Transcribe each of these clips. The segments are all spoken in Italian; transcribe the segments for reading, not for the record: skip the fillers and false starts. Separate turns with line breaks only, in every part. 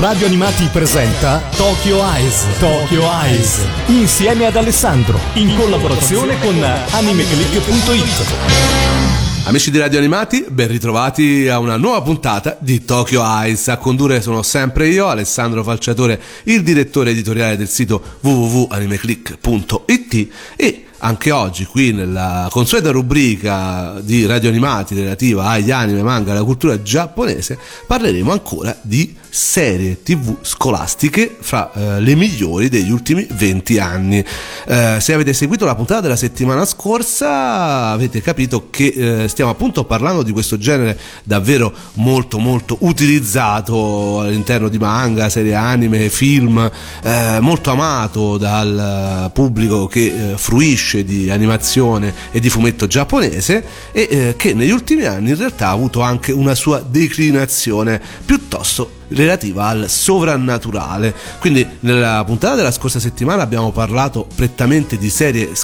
Radio Animati presenta Tokyo Eyes. Tokyo Eyes. Insieme ad Alessandro. In collaborazione con animeclick.it.
Amici di Radio Animati, ben ritrovati a una nuova puntata di Tokyo Eyes. A condurre sono sempre io, Alessandro Falciatore, il direttore editoriale del sito www.animeclick.it, e anche oggi qui nella consueta rubrica di Radio Animati relativa agli anime, manga e alla cultura giapponese parleremo ancora di serie TV scolastiche fra le migliori degli ultimi 20 anni. Se avete seguito la puntata della settimana scorsa avete capito che stiamo appunto parlando di questo genere davvero molto molto utilizzato all'interno di manga, serie anime, film, molto amato dal pubblico che fruisce di animazione e di fumetto giapponese, e che negli ultimi anni in realtà ha avuto anche una sua declinazione piuttosto relativa al sovrannaturale. Quindi nella puntata della scorsa settimana abbiamo parlato prettamente di serie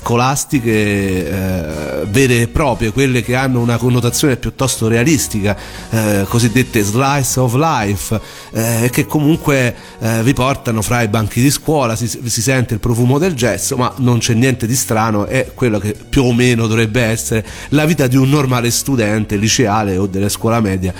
scolastiche vere e proprie, quelle che hanno una connotazione piuttosto realistica, cosiddette slice of life, che comunque vi portano fra i banchi di scuola, si sente il profumo del gesso, ma non c'è niente di strano, è quello che più o meno dovrebbe essere la vita di un normale studente liceale o della scuola media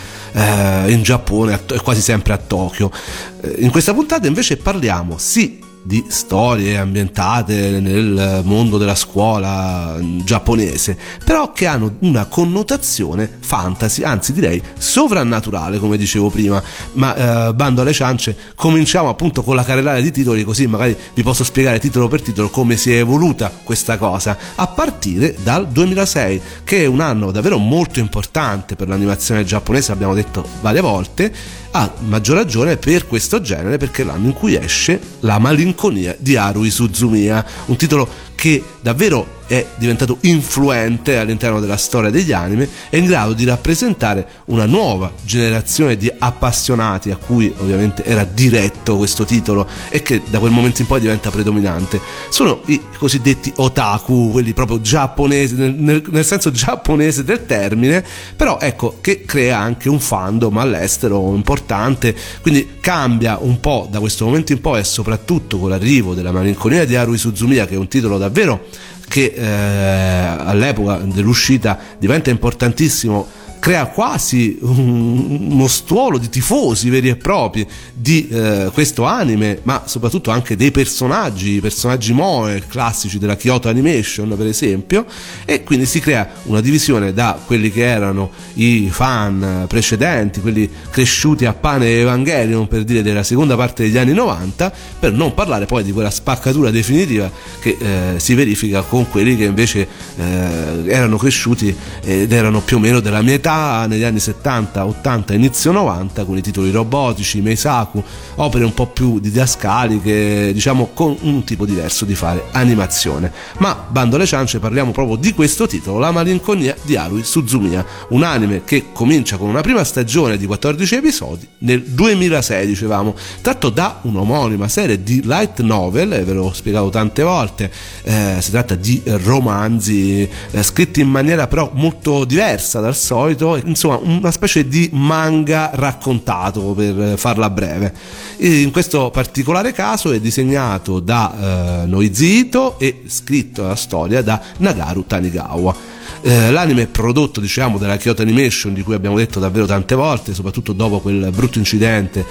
in Giappone, quasi sempre a Tokyo. In questa puntata invece parliamo sì di storie ambientate nel mondo della scuola giapponese, però che hanno una connotazione fantasy, anzi direi sovrannaturale, come dicevo prima. Ma bando alle ciance, cominciamo appunto con la carrellata di titoli, così magari vi posso spiegare titolo per titolo come si è evoluta questa cosa, a partire dal 2006, che è un anno davvero molto importante per l'animazione giapponese, abbiamo detto varie volte, a maggior ragione per questo genere, perché è l'anno in cui esce La malinconia di Haruhi Suzumiya, un titolo che davvero è diventato influente all'interno della storia degli anime, è in grado di rappresentare una nuova generazione di appassionati a cui ovviamente era diretto questo titolo e che da quel momento in poi diventa predominante. Sono i cosiddetti otaku, quelli proprio giapponesi, nel senso giapponese del termine, però ecco che crea anche un fandom all'estero importante, quindi cambia un po' da questo momento in poi, e soprattutto con l'arrivo della malinconia di Haruhi Suzumiya, che è un titolo davvero che all'epoca dell'uscita diventa importantissimo, crea quasi uno stuolo di tifosi veri e propri di questo anime, ma soprattutto anche dei personaggi moe classici della Kyoto Animation per esempio, e quindi si crea una divisione da quelli che erano i fan precedenti, quelli cresciuti a pane e Evangelion, per dire, della seconda parte degli anni 90, per non parlare poi di quella spaccatura definitiva che si verifica con quelli che invece erano cresciuti ed erano più o meno della mia età negli anni 70, 80, inizio 90, con i titoli robotici, Meisaku, opere un po' più didascaliche, diciamo con un tipo diverso di fare animazione. Ma bando alle ciance, parliamo proprio di questo titolo, La malinconia di Haruhi Suzumiya, un anime che comincia con una prima stagione di 14 episodi nel 2006, dicevamo, tratto da un'omonima serie di light novel, ve l'ho spiegato tante volte, si tratta di romanzi scritti in maniera però molto diversa dal solito, insomma una specie di manga raccontato, per farla breve. In questo particolare caso è disegnato da Noizi Ito e scritto la storia da Nagaru Tanigawa. L'anime è prodotto, diciamo, dalla Kyoto Animation, di cui abbiamo detto davvero tante volte, soprattutto dopo quel brutto incidente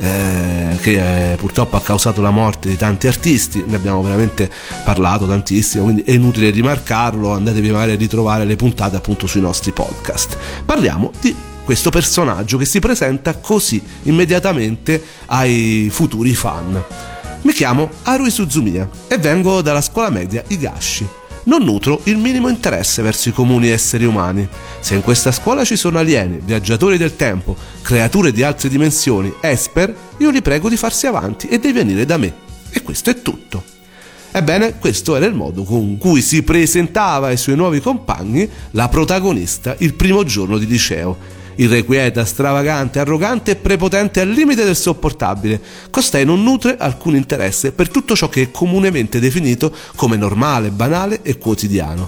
che purtroppo ha causato la morte di tanti artisti. Ne abbiamo veramente parlato tantissimo, quindi è inutile rimarcarlo, andatevi magari a ritrovare le puntate appunto sui nostri podcast. Parliamo di questo personaggio che si presenta così immediatamente ai futuri fan. Mi chiamo Haruhi Suzumiya e vengo dalla scuola media Higashi. Non nutro il minimo interesse verso i comuni esseri umani. Se in questa scuola ci sono alieni, viaggiatori del tempo, creature di altre dimensioni, esper, io li prego di farsi avanti e di venire da me. E questo è tutto. Ebbene, questo era il modo con cui si presentava ai suoi nuovi compagni la protagonista il primo giorno di liceo. Irrequieta, stravagante, arrogante e prepotente al limite del sopportabile, costei non nutre alcun interesse per tutto ciò che è comunemente definito come normale, banale e quotidiano.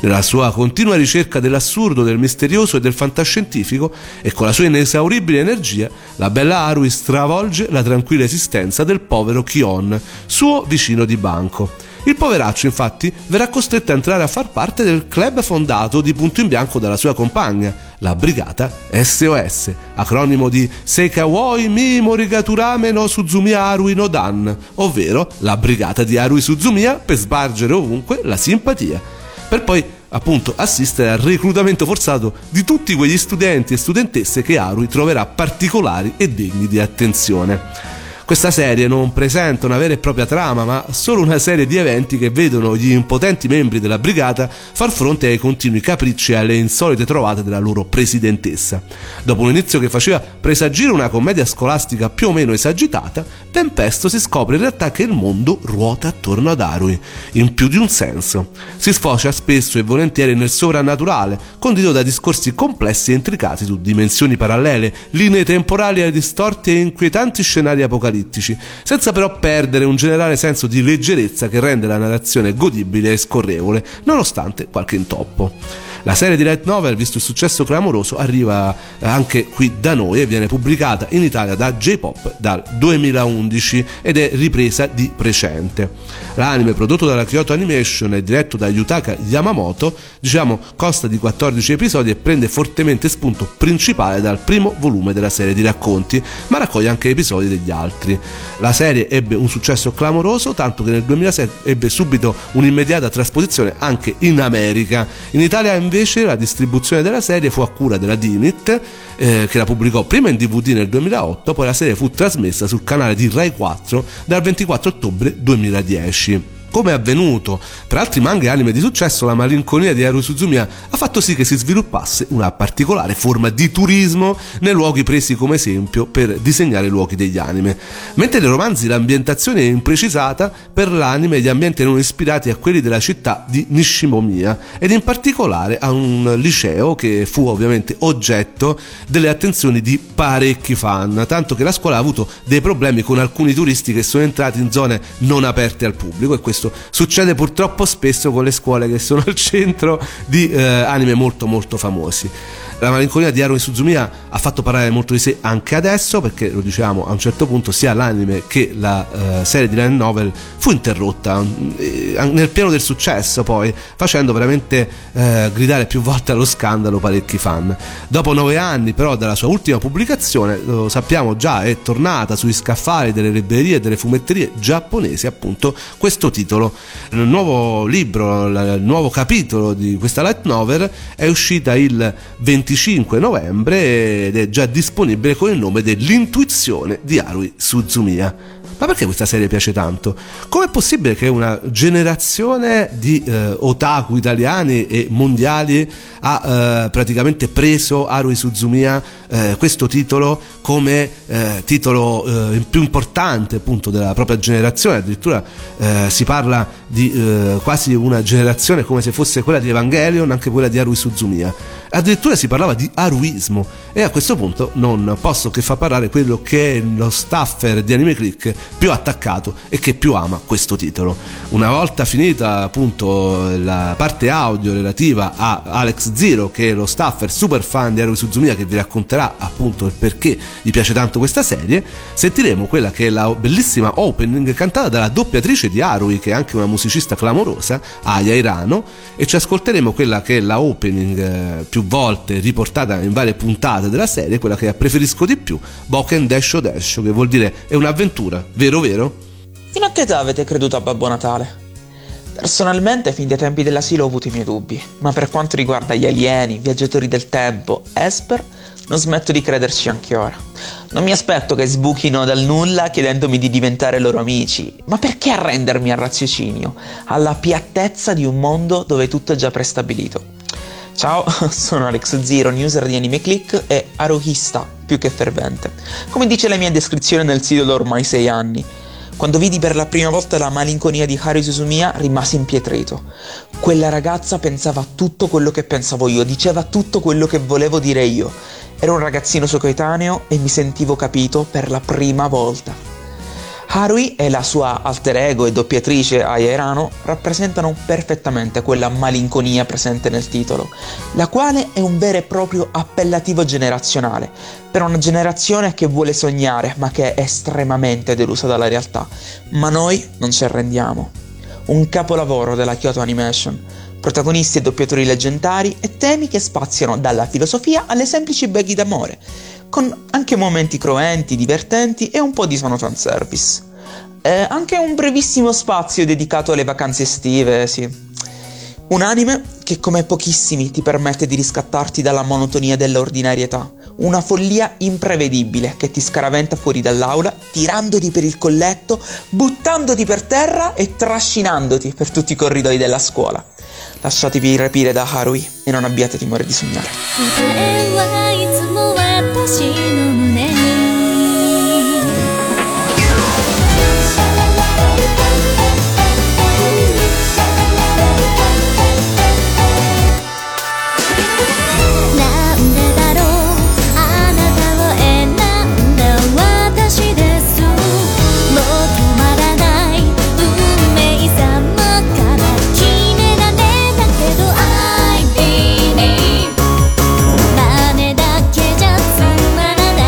Nella sua continua ricerca dell'assurdo, del misterioso e del fantascientifico, e con la sua inesauribile energia, la bella Harui stravolge la tranquilla esistenza del povero Kion, suo vicino di banco. Il poveraccio, infatti, verrà costretto a entrare a far parte del club fondato di punto in bianco dalla sua compagna, la brigata SOS, acronimo di Seikawoi Mi Morigaturame no Suzumiya Harui no Dan, ovvero la brigata di Harui Suzumiya per spargere ovunque la simpatia. Per poi appunto assistere al reclutamento forzato di tutti quegli studenti e studentesse che Harui troverà particolari e degni di attenzione. Questa serie non presenta una vera e propria trama, ma solo una serie di eventi che vedono gli impotenti membri della brigata far fronte ai continui capricci e alle insolite trovate della loro presidentessa. Dopo un inizio che faceva presagire una commedia scolastica più o meno esagitata, ben presto si scopre in realtà che il mondo ruota attorno ad Harui, in più di un senso. Si sfocia spesso e volentieri nel sovrannaturale, condito da discorsi complessi e intricati su dimensioni parallele, linee temporali distorte e inquietanti scenari apocalittici, senza però perdere un generale senso di leggerezza che rende la narrazione godibile e scorrevole, nonostante qualche intoppo. La serie di light novel, visto il successo clamoroso, arriva anche qui da noi e viene pubblicata in Italia da J-Pop dal 2011 ed è ripresa di recente. L'anime, prodotto dalla Kyoto Animation e diretto da Yutaka Yamamoto, consta di 14 episodi e prende fortemente spunto principale dal primo volume della serie di racconti, ma raccoglie anche episodi degli altri. La serie ebbe un successo clamoroso, tanto che nel 2006 ebbe subito un'immediata trasposizione anche in America. In Italia invece la distribuzione della serie fu a cura della Dinit, che la pubblicò prima in DVD nel 2008, poi la serie fu trasmessa sul canale di Rai 4 dal 24 ottobre 2010. Come è avvenuto per altri manga e anime di successo, la malinconia di Harui Suzumiya ha fatto sì che si sviluppasse una particolare forma di turismo nei luoghi presi come esempio per disegnare i luoghi degli anime. Mentre nei romanzi l'ambientazione è imprecisata, per l'anime gli ambienti erano ispirati a quelli della città di Nishimomiya ed in particolare a un liceo che fu ovviamente oggetto delle attenzioni di parecchi fan, tanto che la scuola ha avuto dei problemi con alcuni turisti che sono entrati in zone non aperte al pubblico, e questo succede purtroppo spesso con le scuole che sono al centro di anime molto molto famosi. La malinconia di Harui Suzumiya ha fatto parlare molto di sé anche adesso, perché lo dicevamo, a un certo punto sia l'anime che la serie di light novel fu interrotta nel pieno del successo, poi facendo veramente gridare più volte allo scandalo parecchi fan. Dopo 9 anni però dalla sua ultima pubblicazione, lo sappiamo già, è tornata sugli scaffali delle librerie e delle fumetterie giapponesi appunto questo titolo. Il nuovo libro, il nuovo capitolo di questa light novel è uscita il 25 novembre ed è già disponibile con il nome dell'Intuizione di Harui Suzumiya. Ma perché questa serie piace tanto? Com'è possibile che una generazione di otaku italiani e mondiali ha praticamente preso Harui Suzumiya, questo titolo, come titolo più importante appunto della propria generazione? Addirittura si parla di quasi una generazione come se fosse quella di Evangelion, anche quella di Harui Suzumiya. Addirittura si parlava di aruismo, e a questo punto non posso che far parlare quello che è lo staffer di Anime Click più attaccato e che più ama questo titolo. Una volta finita appunto la parte audio relativa a Alex Zero, che è lo staffer super fan di Harui Suzumiya, che vi racconterà appunto il perché gli piace tanto questa serie, sentiremo quella che è la bellissima opening cantata dalla doppiatrice di Harui, che è anche una musicista clamorosa, Aya Hirano, e ci ascolteremo quella che è la opening più volte riportata in varie puntate della serie, quella che preferisco di più, Boken Desho Desho, che vuol dire è un'avventura, vero vero?
Fino a che età avete creduto a Babbo Natale? Personalmente fin dai tempi dell'asilo ho avuto i miei dubbi, ma per quanto riguarda gli alieni, viaggiatori del tempo, Esper, non smetto di crederci anche ora. Non mi aspetto che sbuchino dal nulla chiedendomi di diventare loro amici, ma perché arrendermi al raziocinio, alla piattezza di un mondo dove tutto è già prestabilito? Ciao, sono Alex Zero, user di Anime Click e haruhista più che fervente. Come dice la mia descrizione nel sito da ormai 6 anni. Quando vidi per la prima volta la malinconia di Harui Suzumiya rimasi impietrito. Quella ragazza pensava tutto quello che pensavo io, diceva tutto quello che volevo dire io. Ero un ragazzino suo coetaneo e mi sentivo capito per la prima volta. Harui e la sua alter ego e doppiatrice Aya Hirano rappresentano perfettamente quella malinconia presente nel titolo, la quale è un vero e proprio appellativo generazionale, per una generazione che vuole sognare ma che è estremamente delusa dalla realtà. Ma noi non ci arrendiamo. Un capolavoro della Kyoto Animation, protagonisti e doppiatori leggendari e temi che spaziano dalla filosofia alle semplici beghe d'amore, con anche momenti cruenti, divertenti e un po' di sano fanservice. Anche un brevissimo spazio dedicato alle vacanze estive, sì. Un anime che come pochissimi ti permette di riscattarti dalla monotonia dell'ordinarietà, una follia imprevedibile che ti scaraventa fuori dall'aula, tirandoti per il colletto, buttandoti per terra e trascinandoti per tutti i corridoi della scuola. Lasciatevi rapire da Harui e non abbiate timore di sognare. 私の胸になんでだろうあなたを選んだ私ですもう止まらない運命様から決められたけど I believe 真似だけじゃつまらない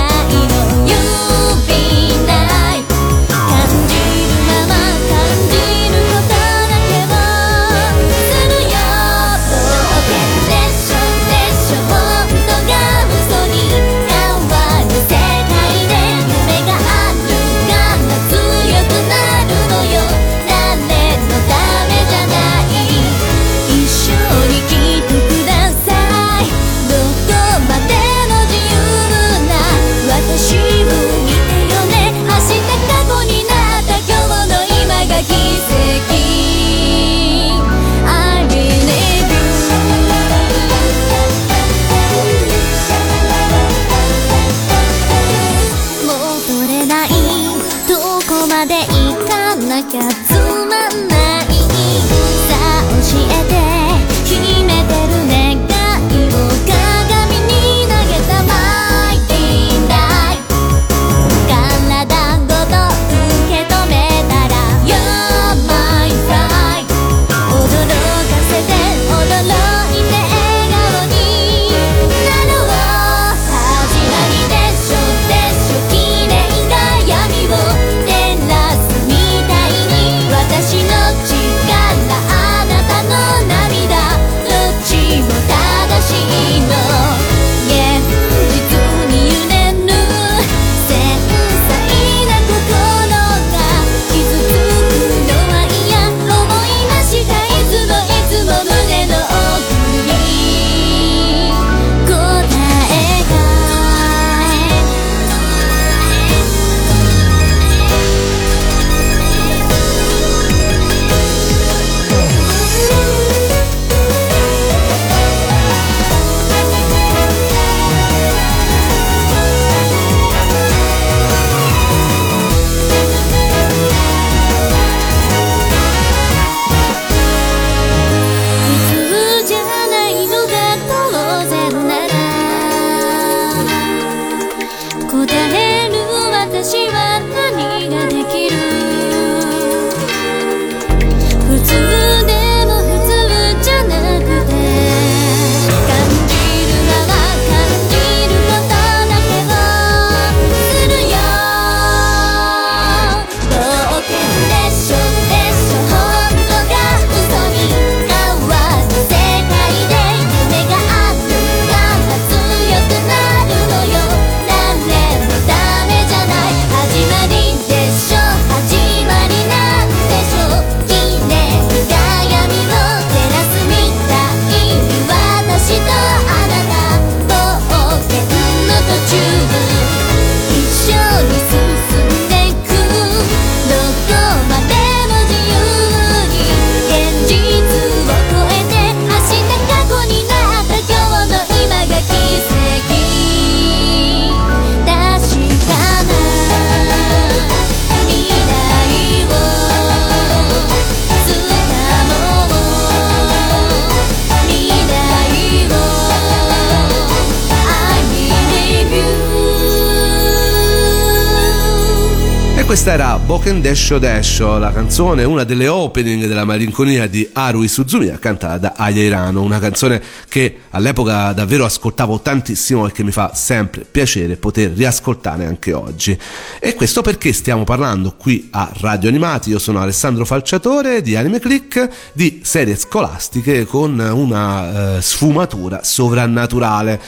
questa era Boken Desho Desho, la canzone, una delle opening della malinconia di Haruhi Suzumiya, cantata da Aya Hirano, una canzone che all'epoca davvero ascoltavo tantissimo e che mi fa sempre piacere poter riascoltare anche oggi. E questo perché stiamo parlando qui a Radio Animati. Io sono Alessandro Falciatore di Anime Click, di serie scolastiche con una sfumatura sovrannaturale,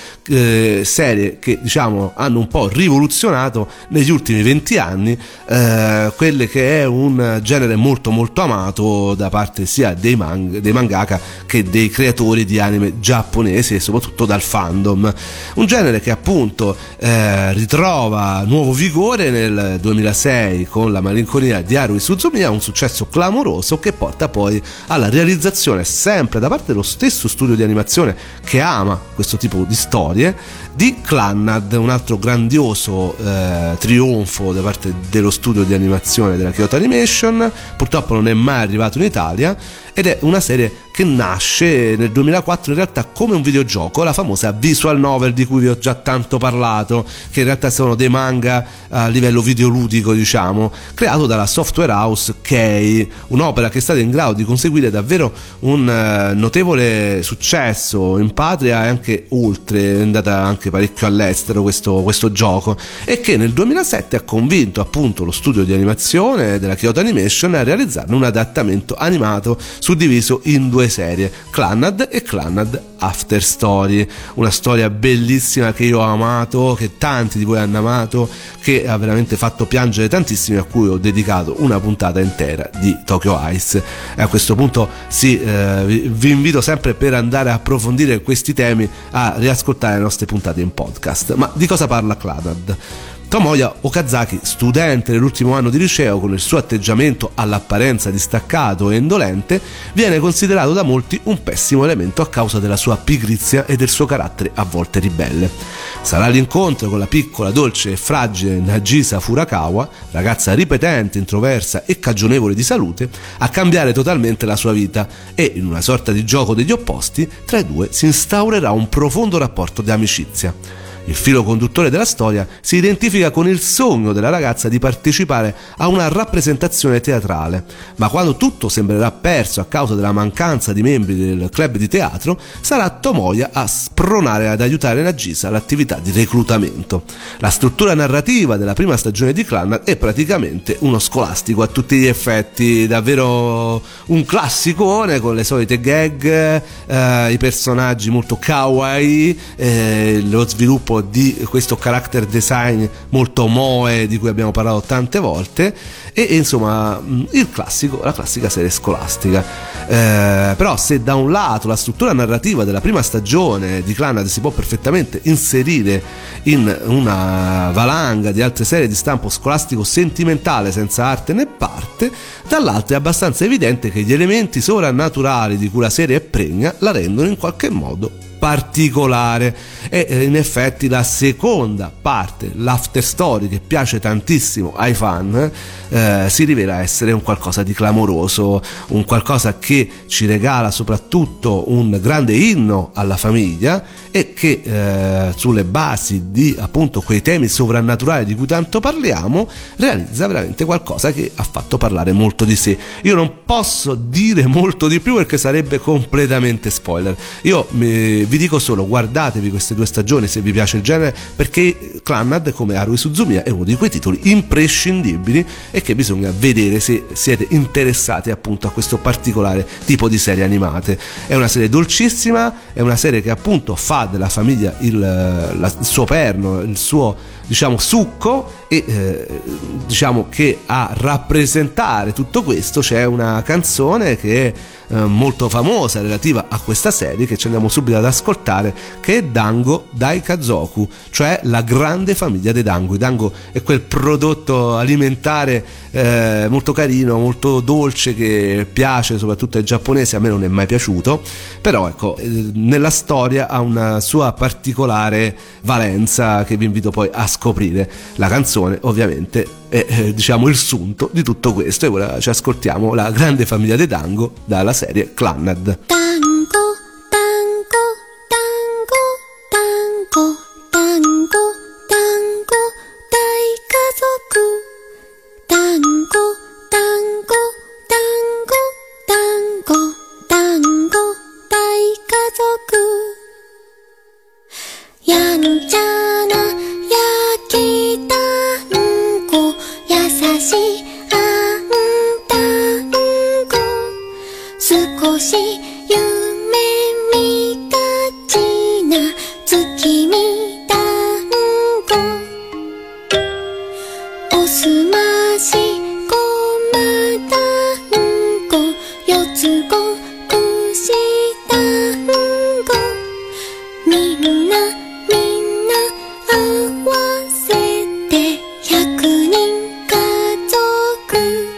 serie che diciamo hanno un po' rivoluzionato negli ultimi 20 anni quelle che è un genere molto molto amato da parte sia dei mangaka che dei creatori di anime giapponesi e soprattutto dal fandom. Un genere che appunto ritrova nuovo vigore nel 2006 con la malinconia di Haruhi Suzumiya, un successo clamoroso che porta poi alla realizzazione, sempre da parte dello stesso studio di animazione che ama questo tipo di storie, di Clannad, un altro grandioso trionfo da parte dello studio di animazione della Kyoto Animation. Purtroppo non è mai arrivato in Italia ed è una serie che nasce nel 2004 in realtà come un videogioco, la famosa visual novel di cui vi ho già tanto parlato, che in realtà sono dei manga a livello videoludico, diciamo, creato dalla software house Kei, un'opera che è stata in grado di conseguire davvero un notevole successo in patria e anche oltre, è andata anche parecchio all'estero questo gioco, e che nel 2007 ha convinto appunto lo studio di animazione della Kyoto Animation a realizzarne un adattamento animato suddiviso in due serie, Clannad e Clannad After Story, una storia bellissima che io ho amato, che tanti di voi hanno amato, che ha veramente fatto piangere tantissimi, a cui ho dedicato una puntata intera di Tokyo Ice. E a questo punto vi invito sempre, per andare a approfondire questi temi, a riascoltare le nostre puntate in podcast. Ma di cosa parla Clannad? Tomoya Okazaki, studente dell'ultimo anno di liceo, con il suo atteggiamento all'apparenza distaccato e indolente, viene considerato da molti un pessimo elemento a causa della sua pigrizia e del suo carattere a volte ribelle. Sarà l'incontro con la piccola, dolce e fragile Nagisa Furakawa, ragazza ripetente, introversa e cagionevole di salute, a cambiare totalmente la sua vita, e in una sorta di gioco degli opposti tra i due si instaurerà un profondo rapporto di amicizia. Il filo conduttore della storia si identifica con il sogno della ragazza di partecipare a una rappresentazione teatrale, ma quando tutto sembrerà perso a causa della mancanza di membri del club di teatro, sarà Tomoya a spronare ad aiutare Nagisa all'attività di reclutamento. La struttura narrativa della prima stagione di Clannad è praticamente uno scolastico a tutti gli effetti, davvero un classicone con le solite gag, i personaggi molto kawaii, lo sviluppo di questo character design molto moe di cui abbiamo parlato tante volte, e insomma la classica serie scolastica. Però se da un lato la struttura narrativa della prima stagione di Clannad si può perfettamente inserire in una valanga di altre serie di stampo scolastico sentimentale senza arte né parte, dall'altro è abbastanza evidente che gli elementi sovrannaturali di cui la serie è pregna la rendono in qualche modo particolare. E in effetti la seconda parte, l'after story, che piace tantissimo ai fan, si rivela essere un qualcosa di clamoroso, un qualcosa che ci regala soprattutto un grande inno alla famiglia, e che sulle basi di appunto quei temi sovrannaturali di cui tanto parliamo realizza veramente qualcosa che ha fatto parlare molto di sé. Io non posso dire molto di più perché sarebbe completamente spoiler. Io vi dico solo: guardatevi queste due stagioni se vi piace il genere, perché Clannad, come Haruhi Suzumiya, è uno di quei titoli imprescindibili e che bisogna vedere se siete interessati appunto a questo particolare tipo di serie animate. È una serie dolcissima, è una serie che appunto fa della famiglia il suo perno, il suo, diciamo, succo, e diciamo che a rappresentare tutto questo c'è una canzone che è molto famosa relativa a questa serie, che ci andiamo subito ad ascoltare, che è Dango Dai Kazoku, cioè la grande famiglia dei dango. Il dango è quel prodotto alimentare molto carino, molto dolce, che piace soprattutto ai giapponesi. A me non è mai piaciuto, però ecco, nella storia ha una sua particolare valenza che vi invito poi a scoprire. La canzone ovviamente è diciamo il sunto di tutto questo, e ora ci ascoltiamo la grande famiglia dei dango dalla serie Clannad.
Dango, dango, dango, dango, dango, dango, dai kazoku. 優しいあんたんこ少し夢見がちな月見団子おすましごま団子四つ子牛団子みんな合わせて100人家族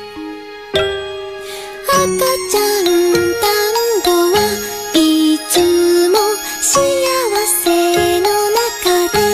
赤ちゃん団子はいつも幸せの中で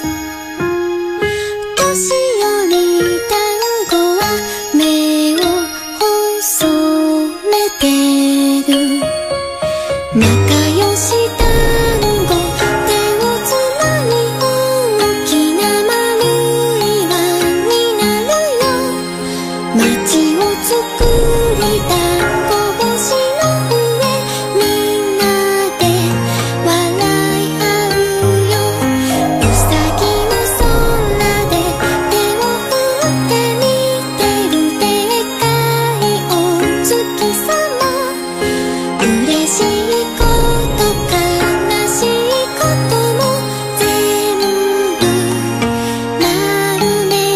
年寄り団子は目を細めてる仲良し団子手をつなぎ大きな丸い輪になるよ街を作り団子星の上みんなで笑い合うようさぎの空で手を振って見てるでっかいお月様嬉しいこと悲しいことも全部丸め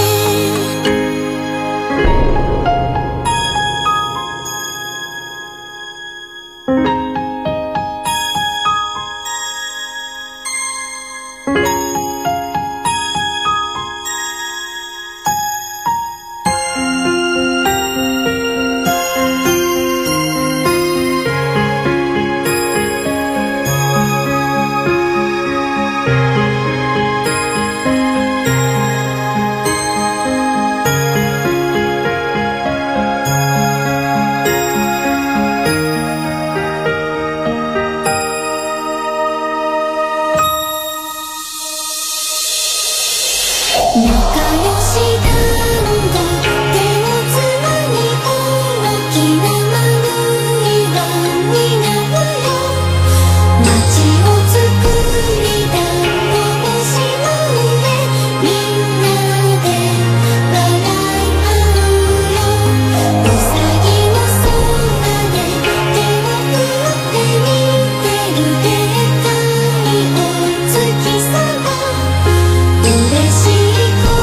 仲良し団子手をつなぎ大きな丸い輪になるよ街を作り団子星の上みんなで笑い合うようさぎの空で手を振って見てるでっかいお月様嬉しい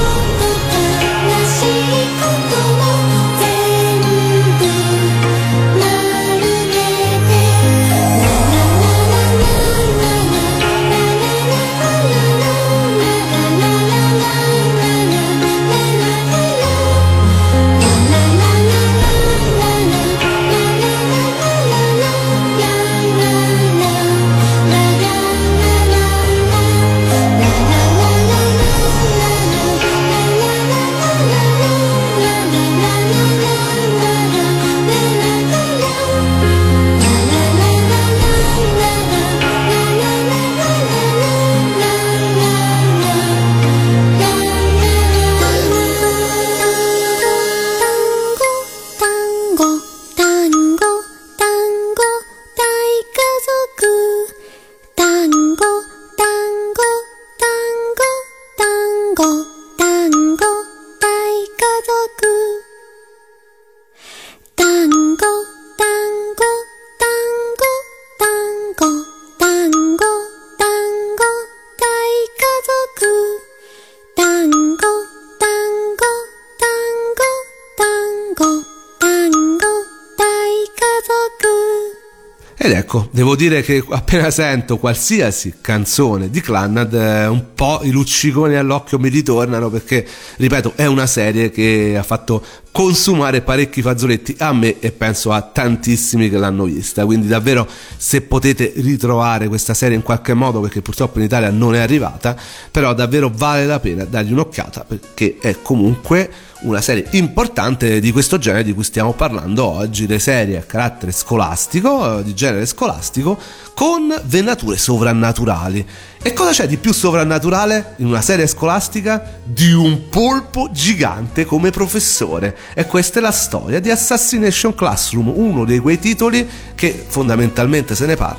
Ed ecco, devo dire che appena sento qualsiasi canzone di Clannad un po' i lucciconi all'occhio mi ritornano, perché, ripeto, è una serie che ha fatto consumare parecchi fazzoletti a me e penso a tantissimi che l'hanno vista. Quindi davvero, se potete ritrovare questa serie in qualche modo, perché purtroppo in Italia non è arrivata, però davvero vale la pena dargli un'occhiata, perché è comunque una serie importante di questo genere di cui stiamo parlando oggi, le serie a carattere scolastico, di genere scolastico, con venature sovrannaturali. E cosa c'è di più sovrannaturale in una serie scolastica di un polpo gigante come professore? E questa è la storia di Assassination Classroom, uno di quei titoli che fondamentalmente se ne parla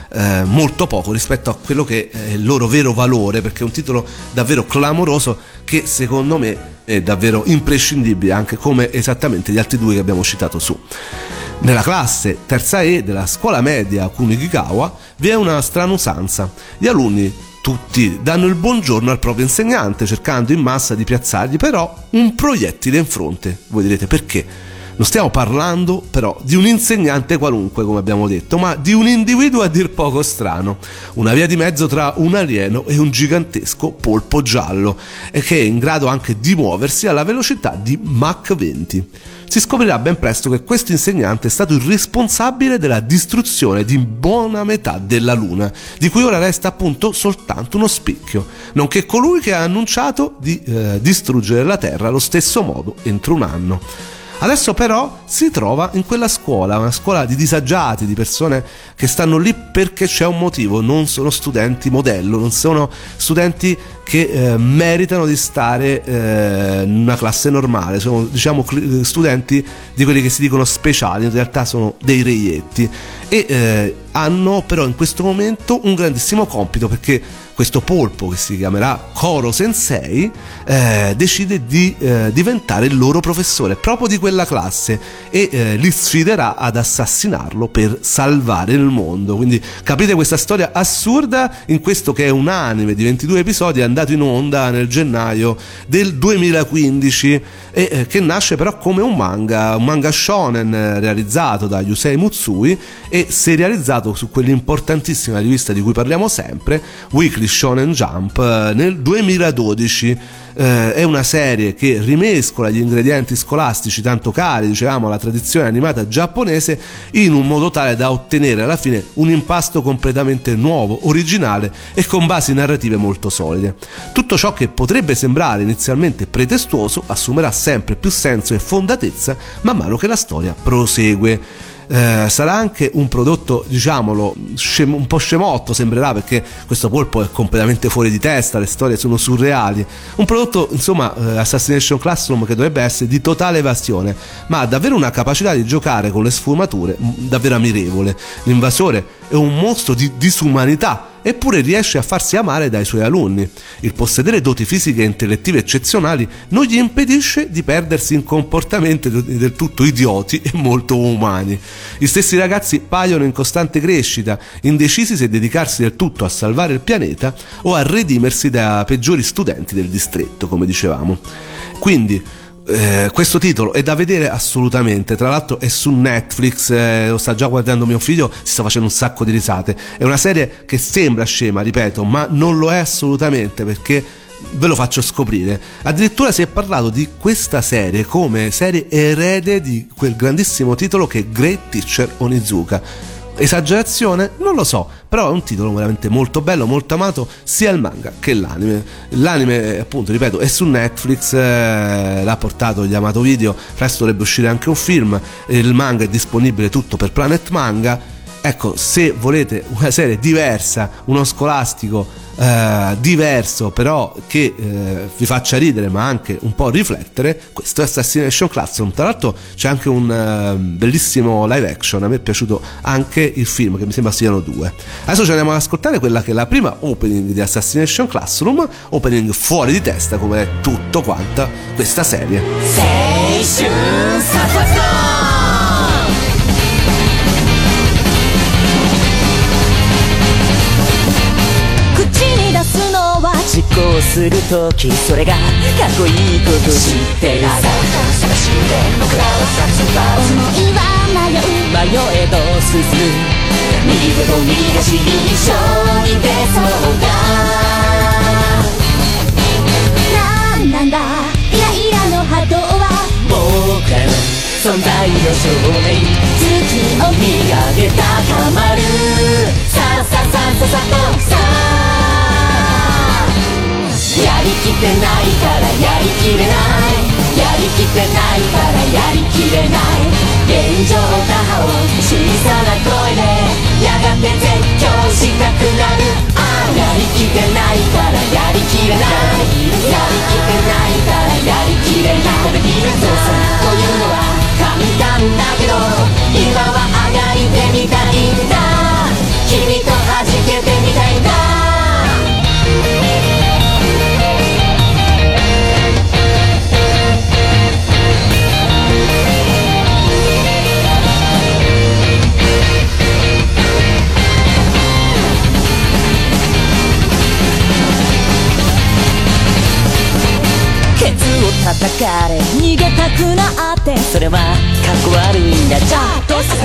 molto poco rispetto a quello che è il loro vero valore, perché è un titolo davvero clamoroso che secondo me è davvero imprescindibile, anche come esattamente gli altri due che abbiamo citato su. Nella classe terza E della scuola media Kunigigawa vi è una strana usanza: gli alunni tutti danno il buongiorno al proprio insegnante, cercando in massa di piazzargli però un proiettile in fronte. Voi direte perché? Non stiamo parlando però di un insegnante qualunque, come abbiamo detto, ma di un individuo a dir poco strano, una via di mezzo tra un alieno e un gigantesco polpo giallo, e che è in grado anche di muoversi alla velocità di Mach 20. Si scoprirà ben presto che questo insegnante è stato il responsabile della distruzione di buona metà della Luna, di cui ora resta appunto soltanto uno spicchio, nonché colui che ha annunciato di distruggere la Terra allo stesso modo entro un anno. Adesso però si trova in quella scuola, una scuola di disagiati, di persone che stanno lì perché c'è un motivo, non sono studenti modello, non sono studenti che meritano di stare in una classe normale, sono diciamo studenti di quelli che si dicono speciali, in realtà sono dei reietti, e hanno però in questo momento un grandissimo compito, perché questo polpo, che si chiamerà Koro Sensei, decide di diventare il loro professore proprio di quella classe, e li sfiderà ad assassinarlo per salvare il mondo. Quindi capite questa storia assurda in questo che è un anime di 22 episodi andato in onda nel gennaio del 2015, e che nasce però come un manga shonen realizzato da Yusei Mutsui e serializzato su quell'importantissima rivista di cui parliamo sempre, Weekly Shonen Jump, nel 2012. È una serie che rimescola gli ingredienti scolastici tanto cari, dicevamo, alla tradizione animata giapponese, in un modo tale da ottenere alla fine un impasto completamente nuovo, originale e con basi narrative molto solide. Tutto ciò che potrebbe sembrare inizialmente pretestuoso assumerà sempre più senso e fondatezza man mano che la storia prosegue. Sarà anche un prodotto, diciamolo, un po' scemotto sembrerà, perché questo polpo è completamente fuori di testa, le storie sono surreali, un prodotto, insomma, Assassination Classroom che dovrebbe essere di totale evasione, ma ha davvero una capacità di giocare con le sfumature davvero ammirevole. L'invasore è un mostro di disumanità, eppure riesce a farsi amare dai suoi alunni. Il possedere doti fisiche e intellettive eccezionali non gli impedisce di perdersi in comportamenti del tutto idioti e molto umani. Gli stessi ragazzi paiono in costante crescita, indecisi se dedicarsi del tutto a salvare il pianeta o a redimersi da peggiori studenti del distretto, come dicevamo. Quindi questo titolo è da vedere assolutamente, tra l'altro è su Netflix, lo sta già guardando mio figlio, si sta facendo un sacco di risate. È una serie che sembra scema, ripeto, ma non lo è assolutamente, perché ve lo faccio scoprire. Addirittura si è parlato di questa serie come serie erede di quel grandissimo titolo che è Great Teacher Onizuka. Esagerazione? Non lo so, però è un titolo veramente molto bello, molto amato, sia il manga che l'anime. L'anime, appunto, ripeto, è su Netflix, l'ha portato Yamato Video, presto dovrebbe uscire anche un film. Il manga è disponibile tutto per Planet Manga. Ecco, se volete una serie diversa, uno scolastico diverso, però che vi faccia ridere ma anche un po' riflettere, questo è Assassination Classroom. Tra l'altro c'è anche un bellissimo live action, a me è piaciuto anche il film, che mi sembra siano 2. Adesso ci andiamo ad ascoltare quella che è la prima opening di Assassination Classroom, opening fuori di testa come è tutto quanta questa serie.
Station 実行するときそれがかっこいいこと知ってるさ探しで僕らは殺伐思いは迷えど進む右手と東一緒に出そうだなんだイライラの波動は僕らの存在の証明月を見上げ高まるさあさあさあさあさあさあやりきってないからやりきれないやりきってないからやりきれない現状打破を小さな声でやがて絶叫したくなるやりきってないからやりきれないやりきってないからやりきれないそうそうというのは簡単だけど今はあがいてみたいんだ君とかれ逃げたくなって、それはかっこ悪いんだ。じゃあどうする？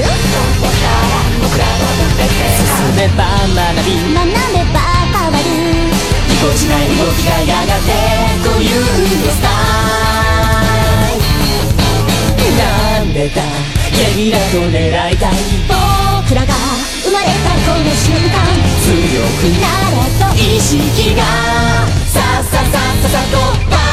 進めば学び、学べば変わる。ぎこちない動きがやがて固有のスタイル。なんでだゲリラと狙いたい。僕らが生まれたこの瞬間、強くなれと意識がさっささっささとバ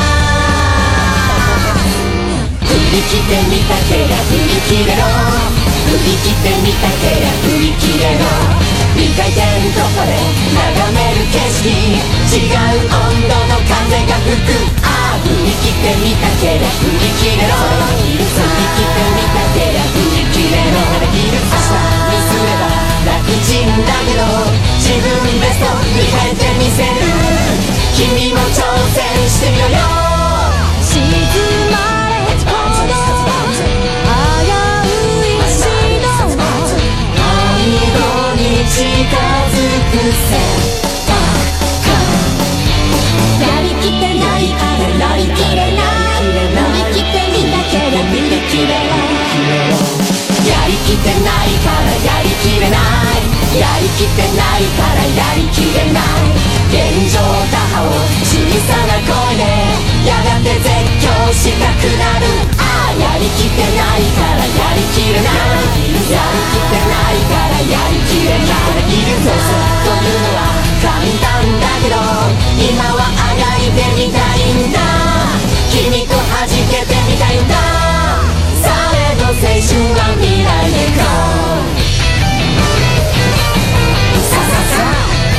ーン。振り切ってみたけりゃ振り切れろ、振り切ってみたけりゃ振り切れろ。2回転とこで眺める景色、違う温度の風が吹く。ああ振り切ってみたけりゃ振り切れろ、振り切ってみたけりゃ振り切れろ。明日にすれば楽ちんだけど、自分ベスト振り返ってみせる。君も挑戦してみろよ。静まれほど危うい指導も背後に近づくせ。やりきってないからやりきれない、振り切ってみたけりゃ振り切れない。やりきってないからやりきれない、やりきってないからやりきれない。現状打破を小さな声でやがて絶叫したくなる。ああやりきってないからやりきれない、やりきってないからやりきれない。そうというのは簡単だけど、今はあがいてみたいんだ。君と弾けてみたいんだ。されど青春は未来へゴー。さささ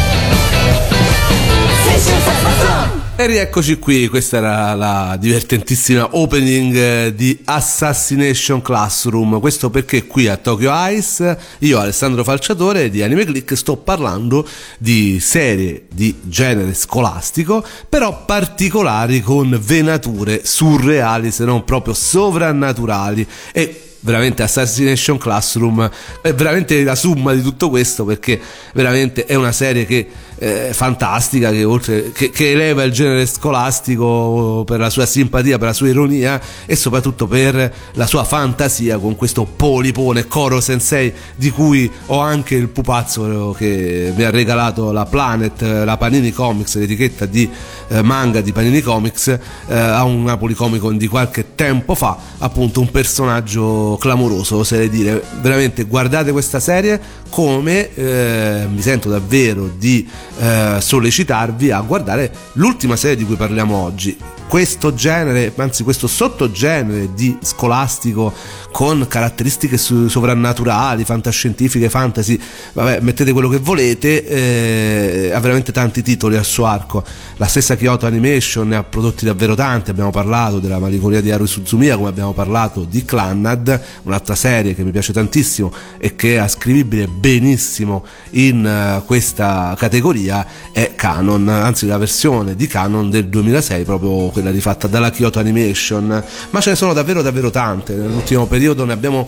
青春さささ。
E rieccoci qui, questa era la divertentissima opening di Assassination Classroom. Questo perché qui a Tokyo Ice io, Alessandro Falciatore di Anime Click, sto parlando di serie di genere scolastico, però particolari, con venature surreali se non proprio sovrannaturali. E veramente Assassination Classroom è veramente la summa di tutto questo, perché veramente è una serie che fantastica, che oltre che eleva il genere scolastico per la sua simpatia, per la sua ironia e soprattutto per la sua fantasia, con questo polipone Koro Sensei, di cui ho anche il pupazzo che mi ha regalato la Planet, la Panini Comics, l'etichetta di manga di Panini Comics, a un Napoli Comic Con di qualche tempo fa. Appunto un personaggio clamoroso, oserei dire. Veramente guardate questa serie, come mi sento davvero di sollecitarvi a guardare l'ultima serie di cui parliamo oggi. Questo genere, anzi questo sottogenere di scolastico con caratteristiche sovrannaturali, fantascientifiche, fantasy, vabbè, mettete quello che volete, ha veramente tanti titoli al suo arco. La stessa Kyoto Animation ne ha prodotti davvero tanti. Abbiamo parlato della Malinconia di Haruhi Suzumiya, come abbiamo parlato di Clannad, un'altra serie che mi piace tantissimo e che è ascrivibile benissimo in questa categoria, è Canon, anzi la versione di Canon del 2006, proprio quella rifatta dalla Kyoto Animation. Ma ce ne sono davvero davvero tante. Nell'ultimo periodo ne abbiamo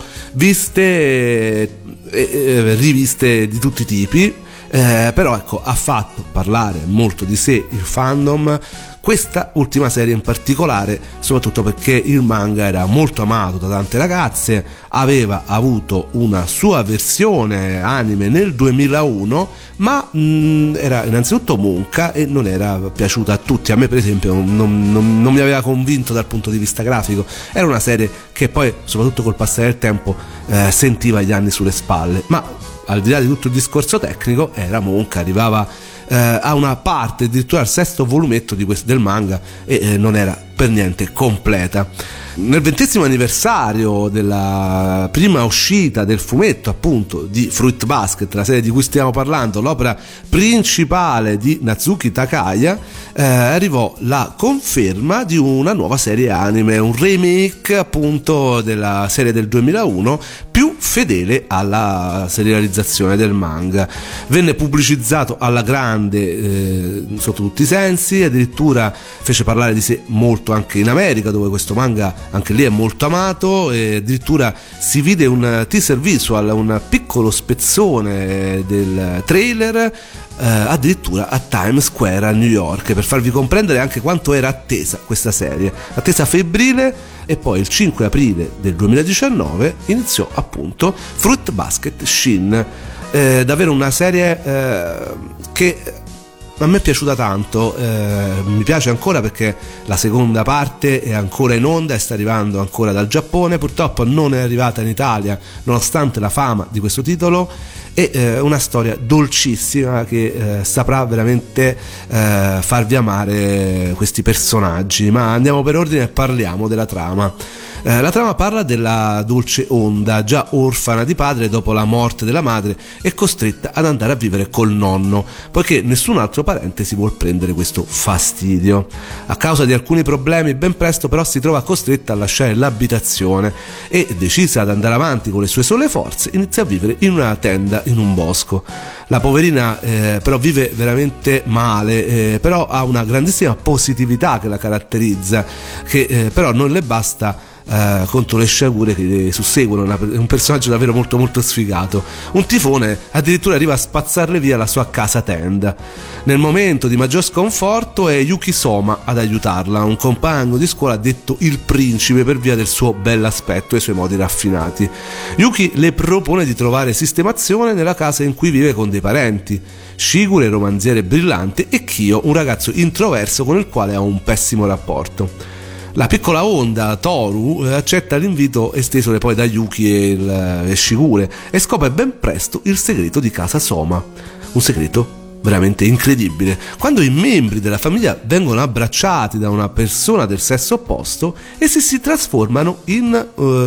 viste e riviste di tutti i tipi, però ecco, ha fatto parlare molto di sé il fandom questa ultima serie in particolare, soprattutto perché il manga era molto amato da tante ragazze, aveva avuto una sua versione anime nel 2001, ma era innanzitutto monca e non era piaciuta a tutti. A me per esempio non mi aveva convinto dal punto di vista grafico. Era una serie che poi, soprattutto col passare del tempo, sentiva gli anni sulle spalle, ma al di là di tutto il discorso tecnico era monca, arrivava a una parte, addirittura al 6º volumetto del manga, e non era per niente completa. Nel 20° anniversario della prima uscita del fumetto, appunto, di Fruit Basket, la serie di cui stiamo parlando, l'opera principale di Natsuki Takaya, arrivò la conferma di una nuova serie anime, un remake appunto della serie del 2001, più fedele alla serializzazione del manga. Venne pubblicizzato alla grande sotto tutti i sensi, addirittura fece parlare di sé molto anche in America, dove questo manga anche lì è molto amato, e addirittura si vide un teaser visual, un piccolo spezzone del trailer addirittura a Times Square a New York, per farvi comprendere anche quanto era attesa questa serie, attesa febbrile. E poi il 5 aprile del 2019 iniziò appunto Fruit Basket Shin, davvero una serie che a me è piaciuta tanto, mi piace ancora perché la seconda parte è ancora in onda e sta arrivando ancora dal Giappone, purtroppo non è arrivata in Italia nonostante la fama di questo titolo. È una storia dolcissima che saprà veramente farvi amare questi personaggi. Ma andiamo per ordine e parliamo della trama. La trama parla della dolce Honda, già orfana di padre dopo la morte della madre e costretta ad andare a vivere col nonno, poiché nessun altro parente si vuol prendere questo fastidio. A causa di alcuni problemi, ben presto però si trova costretta a lasciare l'abitazione e, decisa ad andare avanti con le sue sole forze, inizia a vivere in una tenda in un bosco. La poverina però vive veramente male, però ha una grandissima positività che la caratterizza, che però non le basta contro le sciagure che le susseguono. Un personaggio davvero molto molto sfigato. Un tifone addirittura arriva a spazzarle via la sua casa tenda. Nel momento di maggior sconforto è Yuki Soma ad aiutarla, un compagno di scuola detto il principe per via del suo bell'aspetto e i suoi modi raffinati. Yuki le propone di trovare sistemazione nella casa in cui vive con dei parenti, Shigure, romanziere brillante, e Kyo, un ragazzo introverso con il quale ha un pessimo rapporto. La piccola Honda, Toru, accetta l'invito estesole poi da Yuki e Shigure e scopre ben presto il segreto di casa Soma, un segreto veramente incredibile. Quando i membri della famiglia vengono abbracciati da una persona del sesso opposto, essi si trasformano in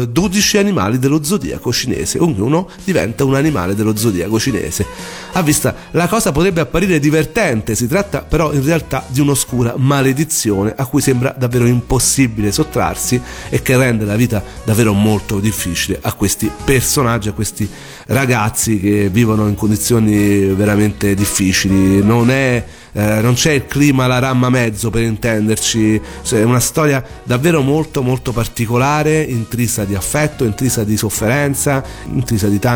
12 animali dello zodiaco cinese, ognuno diventa un animale dello zodiaco cinese. A vista la cosa potrebbe apparire divertente, si tratta però in realtà di un'oscura maledizione a cui sembra davvero impossibile sottrarsi e che rende la vita davvero molto difficile a questi personaggi, a questi ragazzi che vivono in condizioni veramente difficili. Non c'è il clima alla ramma mezzo, per intenderci. È una storia davvero molto molto particolare, intrisa di affetto, intrisa di sofferenza, intrisa di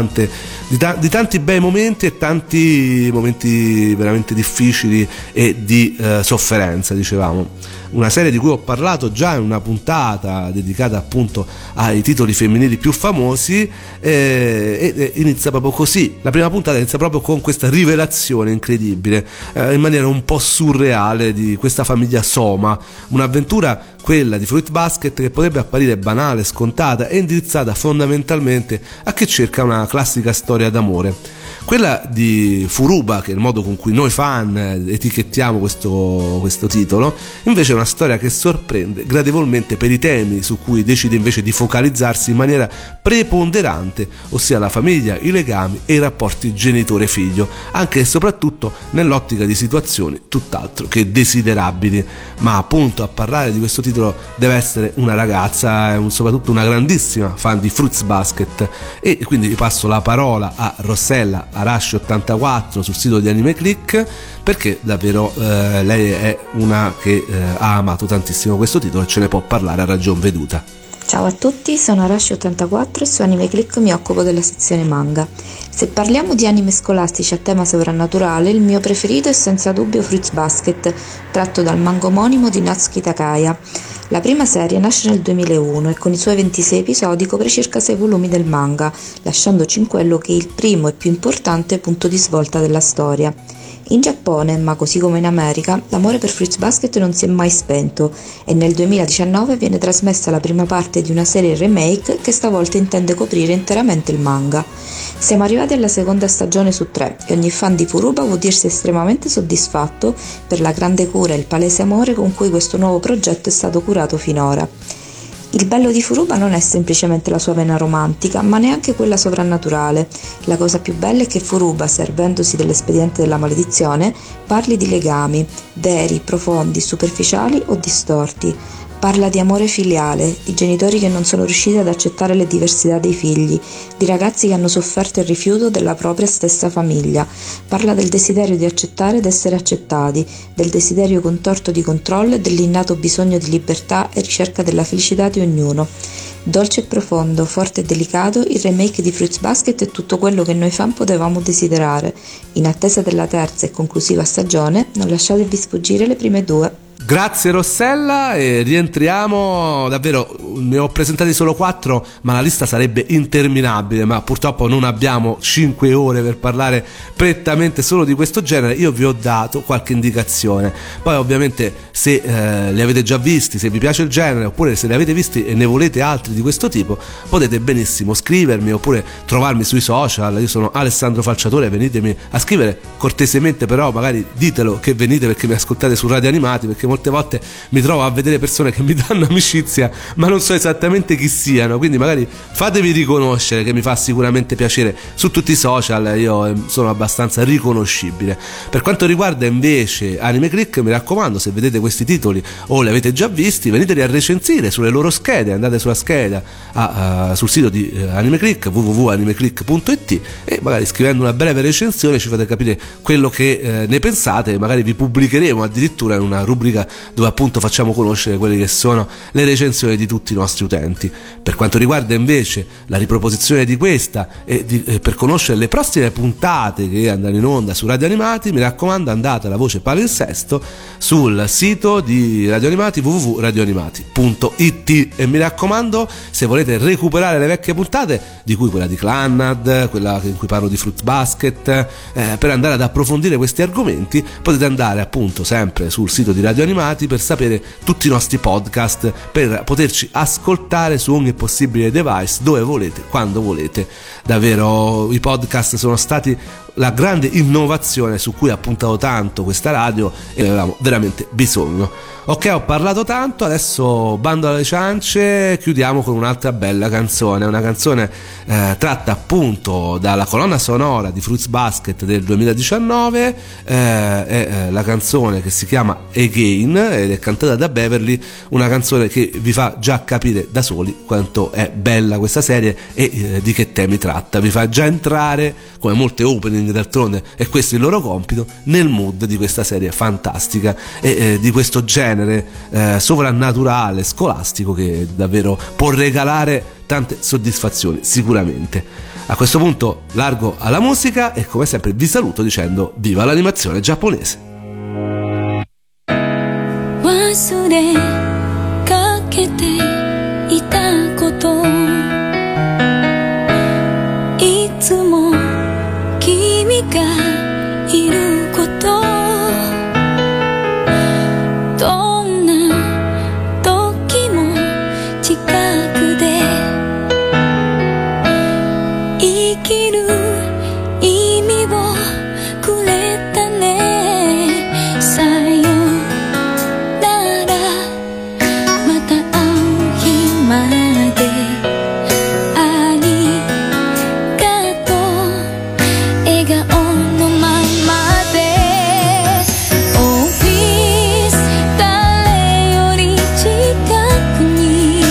tanti bei momenti e tanti momenti veramente difficili e di sofferenza, dicevamo. Una serie di cui ho parlato già in una puntata dedicata appunto ai titoli femminili più famosi, e inizia proprio così. La prima puntata inizia proprio con questa rivelazione incredibile, in maniera un po' surreale, di questa famiglia Soma, un'avventura, quella di Fruit Basket, che potrebbe apparire banale, scontata e indirizzata fondamentalmente a chi cerca una classica storia d'amore. Quella di Furuba, che è il modo con cui noi fan etichettiamo questo titolo, invece è una storia che sorprende gradevolmente per i temi su cui decide invece di focalizzarsi in maniera preponderante, ossia la famiglia, i legami e i rapporti genitore-figlio, anche e soprattutto nell'ottica di situazioni tutt'altro che desiderabili. Ma appunto a parlare di questo titolo deve essere una ragazza e soprattutto una grandissima fan di Fruits Basket, e quindi vi passo la parola a Rossella Arashi84 sul sito di Anime Click, perché davvero lei è una che ha amato tantissimo questo titolo e ce ne può parlare a ragion veduta.
Ciao a tutti, sono Arashi84 e su Anime Click mi occupo della sezione manga. Se parliamo di anime scolastici a tema sovrannaturale, il mio preferito è senza dubbio Fruits Basket, tratto dal manga omonimo di Natsuki Takaya. La prima serie nasce nel 2001 e con i suoi 26 episodi copre circa 6 volumi del manga, lasciandoci in quello che è il primo e più importante punto di svolta della storia. In Giappone, ma così come in America, l'amore per Fruits Basket non si è mai spento e nel 2019 viene trasmessa la prima parte di una serie remake che stavolta intende coprire interamente il manga. Siamo arrivati alla seconda stagione su 3 e ogni fan di Furuba può dirsi estremamente soddisfatto per la grande cura e il palese amore con cui questo nuovo progetto è stato curato finora. Il bello di Furuba non è semplicemente la sua vena romantica, ma neanche quella sovrannaturale. La cosa più bella è che Furuba, servendosi dell'espediente della maledizione, parli di legami, veri, profondi, superficiali o distorti. Parla di amore filiale, di genitori che non sono riusciti ad accettare le diversità dei figli, di ragazzi che hanno sofferto il rifiuto della propria stessa famiglia. Parla del desiderio di accettare ed essere accettati, del desiderio contorto di controllo e dell'innato bisogno di libertà e ricerca della felicità di ognuno. Dolce e profondo, forte e delicato, il remake di Fruits Basket è tutto quello che noi fan potevamo desiderare. In attesa della terza e conclusiva stagione, non lasciatevi sfuggire le prime due.
Grazie Rossella, e rientriamo. Davvero, ne ho presentati solo 4, ma la lista sarebbe interminabile, ma purtroppo non abbiamo 5 ore per parlare prettamente solo di questo genere. Io vi ho dato qualche indicazione, poi ovviamente se li avete già visti, se vi piace il genere, oppure se li avete visti e ne volete altri di questo tipo, potete benissimo scrivermi oppure trovarmi sui social. Io sono Alessandro Falciatore, venitemi a scrivere cortesemente, però magari ditelo che venite perché mi ascoltate su Radio Animati, perché molte volte mi trovo a vedere persone che mi danno amicizia ma non so esattamente chi siano, quindi magari fatevi riconoscere, che mi fa sicuramente piacere. Su tutti i social io sono abbastanza riconoscibile. Per quanto riguarda invece Anime Click, mi raccomando, se vedete questi titoli o li avete già visti, veniteli a recensire sulle loro schede, andate sulla scheda sul sito di Anime Click, www.animeclick.it, e magari scrivendo una breve recensione ci fate capire quello che ne pensate, magari vi pubblicheremo addirittura in una rubrica dove appunto facciamo conoscere quelle che sono le recensioni di tutti i nostri utenti. Per quanto riguarda invece la riproposizione di questa e per conoscere le prossime puntate che andranno in onda su Radio Animati, mi raccomando, andate alla voce palinsesto sul sito di Radio Animati, www.radioanimati.it, e mi raccomando, se volete recuperare le vecchie puntate, di cui quella di Clannad, quella in cui parlo di Fruits Basket, per andare ad approfondire questi argomenti potete andare appunto sempre sul sito di Radio Animati per sapere tutti i nostri podcast, per poterci ascoltare su ogni possibile device, dove volete, quando volete. Davvero i podcast sono stati la grande innovazione su cui ha puntato tanto questa radio e ne avevamo veramente bisogno. Ok, ho parlato tanto, adesso bando alle ciance, chiudiamo con un'altra bella canzone, una canzone tratta appunto dalla colonna sonora di Fruits Basket del 2019, è la canzone che si chiama Again ed è cantata da Beverly, una canzone che vi fa già capire da soli quanto è bella questa serie e di che temi tratta, vi fa già entrare, come molte opening d'altronde è questo il loro compito, nel mood di questa serie fantastica e di questo genere sovrannaturale, scolastico, che davvero può regalare tante soddisfazioni sicuramente. A questo punto largo alla musica e come sempre vi saluto dicendo viva l'animazione giapponese.
忘れかけていたこといつも君がいることどんな時も近くで生きる意味をくれたねさよならまた会う日までありがとう笑顔のままでオフィス誰より近くに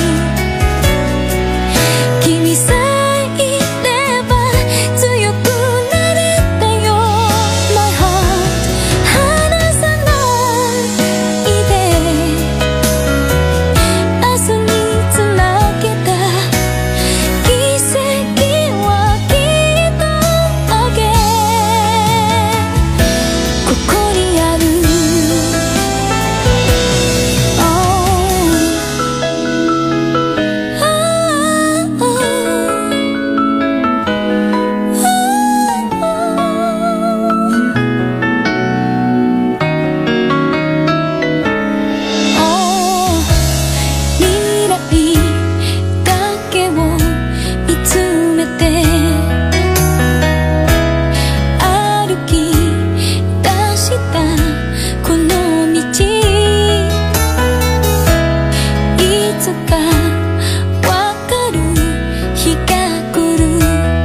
君さえいれば強くなれたよ My heart 離さないで明日につなげた奇跡はきっと Again ここにある 未来だけを見つめて歩き出したこの道いつかわかる日が来る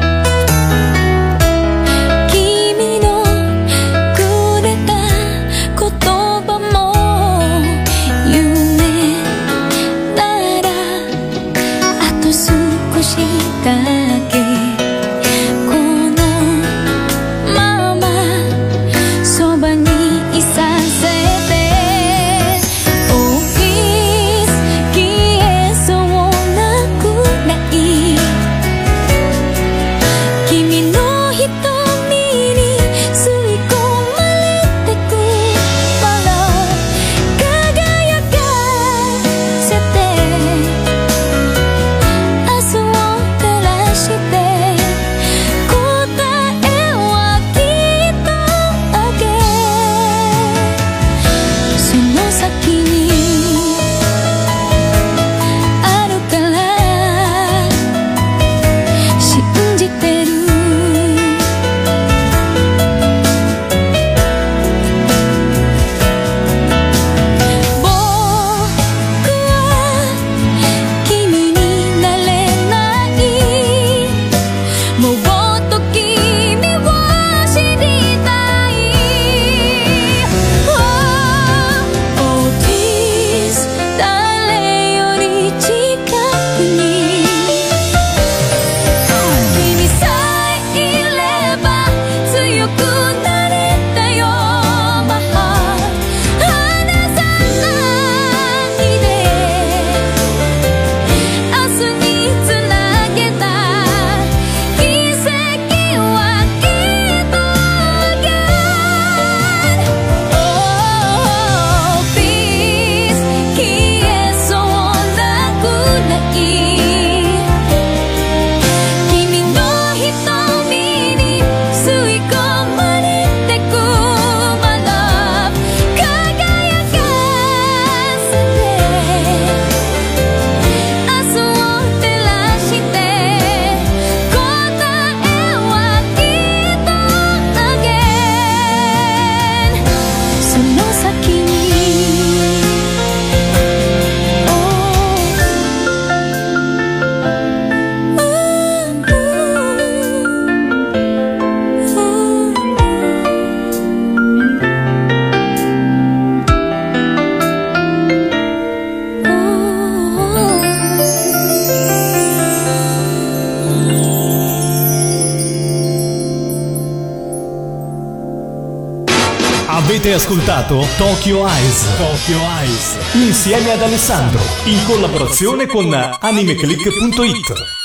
君のくれた言葉も夢ならあと少しだけこのままそばにいさせてオフィス消えそうなく
Avete ascoltato Tokyo Eyes insieme ad Alessandro in collaborazione con animeclick.it.